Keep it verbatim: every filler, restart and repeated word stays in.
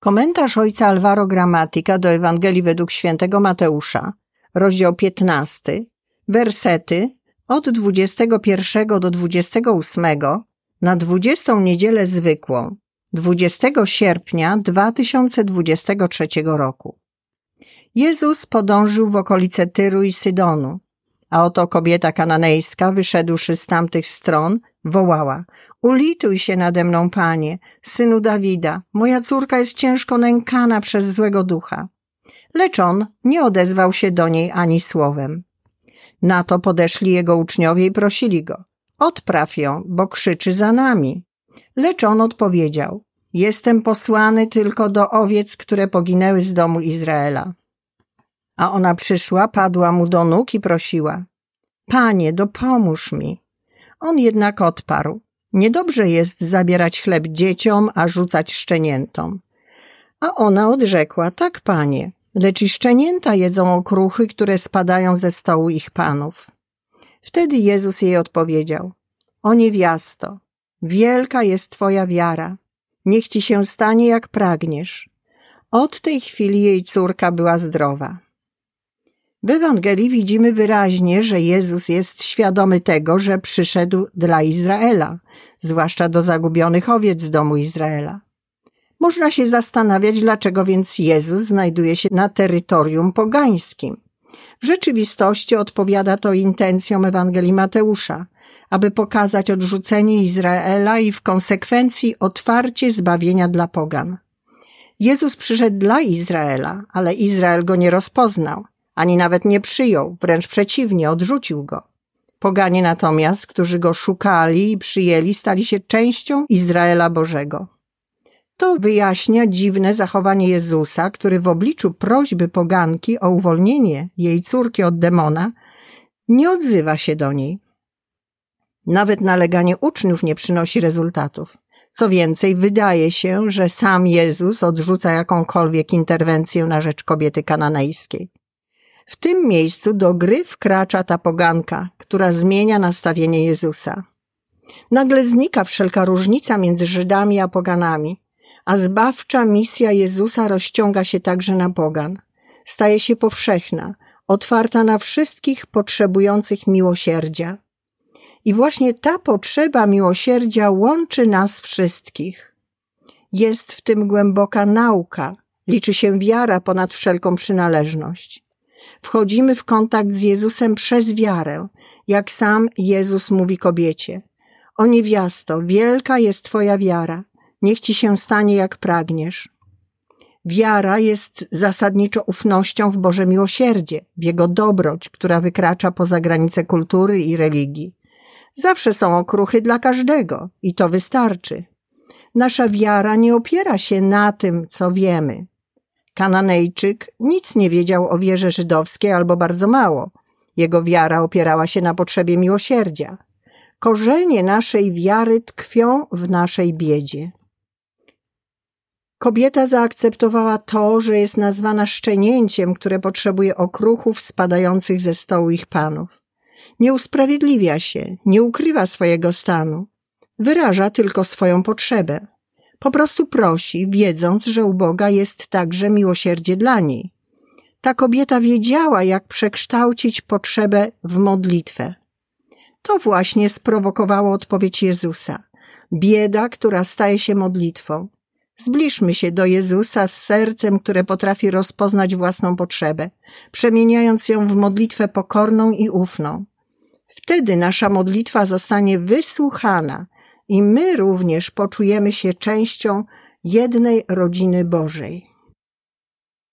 Komentarz ojca Alvaro Gramatika do Ewangelii według świętego Mateusza, rozdział piętnasty, wersety od dwudziestego pierwszego do dwudziestego ósmego na dwudziestą niedzielę zwykłą, dwudziestego sierpnia dwa tysiące dwudziestego trzeciego roku. Jezus podążył w okolice Tyru i Sydonu, a oto kobieta kananejska, wyszedłszy z tamtych stron, wołała: ulituj się nade mną, Panie, synu Dawida, moja córka jest ciężko nękana przez złego ducha. Lecz on nie odezwał się do niej ani słowem. Na to podeszli jego uczniowie i prosili go: odpraw ją, bo krzyczy za nami. Lecz on odpowiedział: jestem posłany tylko do owiec, które poginęły z domu Izraela. A ona przyszła, padła mu do nóg i prosiła: Panie, dopomóż mi. On jednak odparł: niedobrze jest zabierać chleb dzieciom, a rzucać szczeniętom. A ona odrzekła: tak, Panie, lecz i szczenięta jedzą okruchy, które spadają ze stołu ich panów. Wtedy Jezus jej odpowiedział: o niewiasto, wielka jest Twoja wiara, niech Ci się stanie jak pragniesz. Od tej chwili jej córka była zdrowa. W Ewangelii widzimy wyraźnie, że Jezus jest świadomy tego, że przyszedł dla Izraela, zwłaszcza do zagubionych owiec z domu Izraela. Można się zastanawiać, dlaczego więc Jezus znajduje się na terytorium pogańskim. W rzeczywistości odpowiada to intencjom Ewangelii Mateusza, aby pokazać odrzucenie Izraela i w konsekwencji otwarcie zbawienia dla pogan. Jezus przyszedł dla Izraela, ale Izrael go nie rozpoznał, ani nawet nie przyjął, wręcz przeciwnie, odrzucił go. Poganie natomiast, którzy go szukali i przyjęli, stali się częścią Izraela Bożego. To wyjaśnia dziwne zachowanie Jezusa, który w obliczu prośby poganki o uwolnienie jej córki od demona nie odzywa się do niej. Nawet naleganie uczniów nie przynosi rezultatów. Co więcej, wydaje się, że sam Jezus odrzuca jakąkolwiek interwencję na rzecz kobiety kananejskiej. W tym miejscu do gry wkracza ta poganka, która zmienia nastawienie Jezusa. Nagle znika wszelka różnica między Żydami a poganami, a zbawcza misja Jezusa rozciąga się także na pogan. Staje się powszechna, otwarta na wszystkich potrzebujących miłosierdzia. I właśnie ta potrzeba miłosierdzia łączy nas wszystkich. Jest w tym głęboka nauka, liczy się wiara ponad wszelką przynależność. Wchodzimy w kontakt z Jezusem przez wiarę, jak sam Jezus mówi kobiecie: o niewiasto, wielka jest Twoja wiara, niech Ci się stanie jak pragniesz. Wiara jest zasadniczo ufnością w Boże miłosierdzie, w Jego dobroć, która wykracza poza granice kultury i religii. Zawsze są okruchy dla każdego i to wystarczy. Nasza wiara nie opiera się na tym, co wiemy. Kananejczyk nic nie wiedział o wierze żydowskiej albo bardzo mało. Jego wiara opierała się na potrzebie miłosierdzia. Korzenie naszej wiary tkwią w naszej biedzie. Kobieta zaakceptowała to, że jest nazwana szczenięciem, które potrzebuje okruchów spadających ze stołu ich panów. Nie usprawiedliwia się, nie ukrywa swojego stanu. Wyraża tylko swoją potrzebę. Po prostu prosi, wiedząc, że u Boga jest także miłosierdzie dla niej. Ta kobieta wiedziała, jak przekształcić potrzebę w modlitwę. To właśnie sprowokowało odpowiedź Jezusa. Bieda, która staje się modlitwą. Zbliżmy się do Jezusa z sercem, które potrafi rozpoznać własną potrzebę, przemieniając ją w modlitwę pokorną i ufną. Wtedy nasza modlitwa zostanie wysłuchana i my również poczujemy się częścią jednej rodziny Bożej.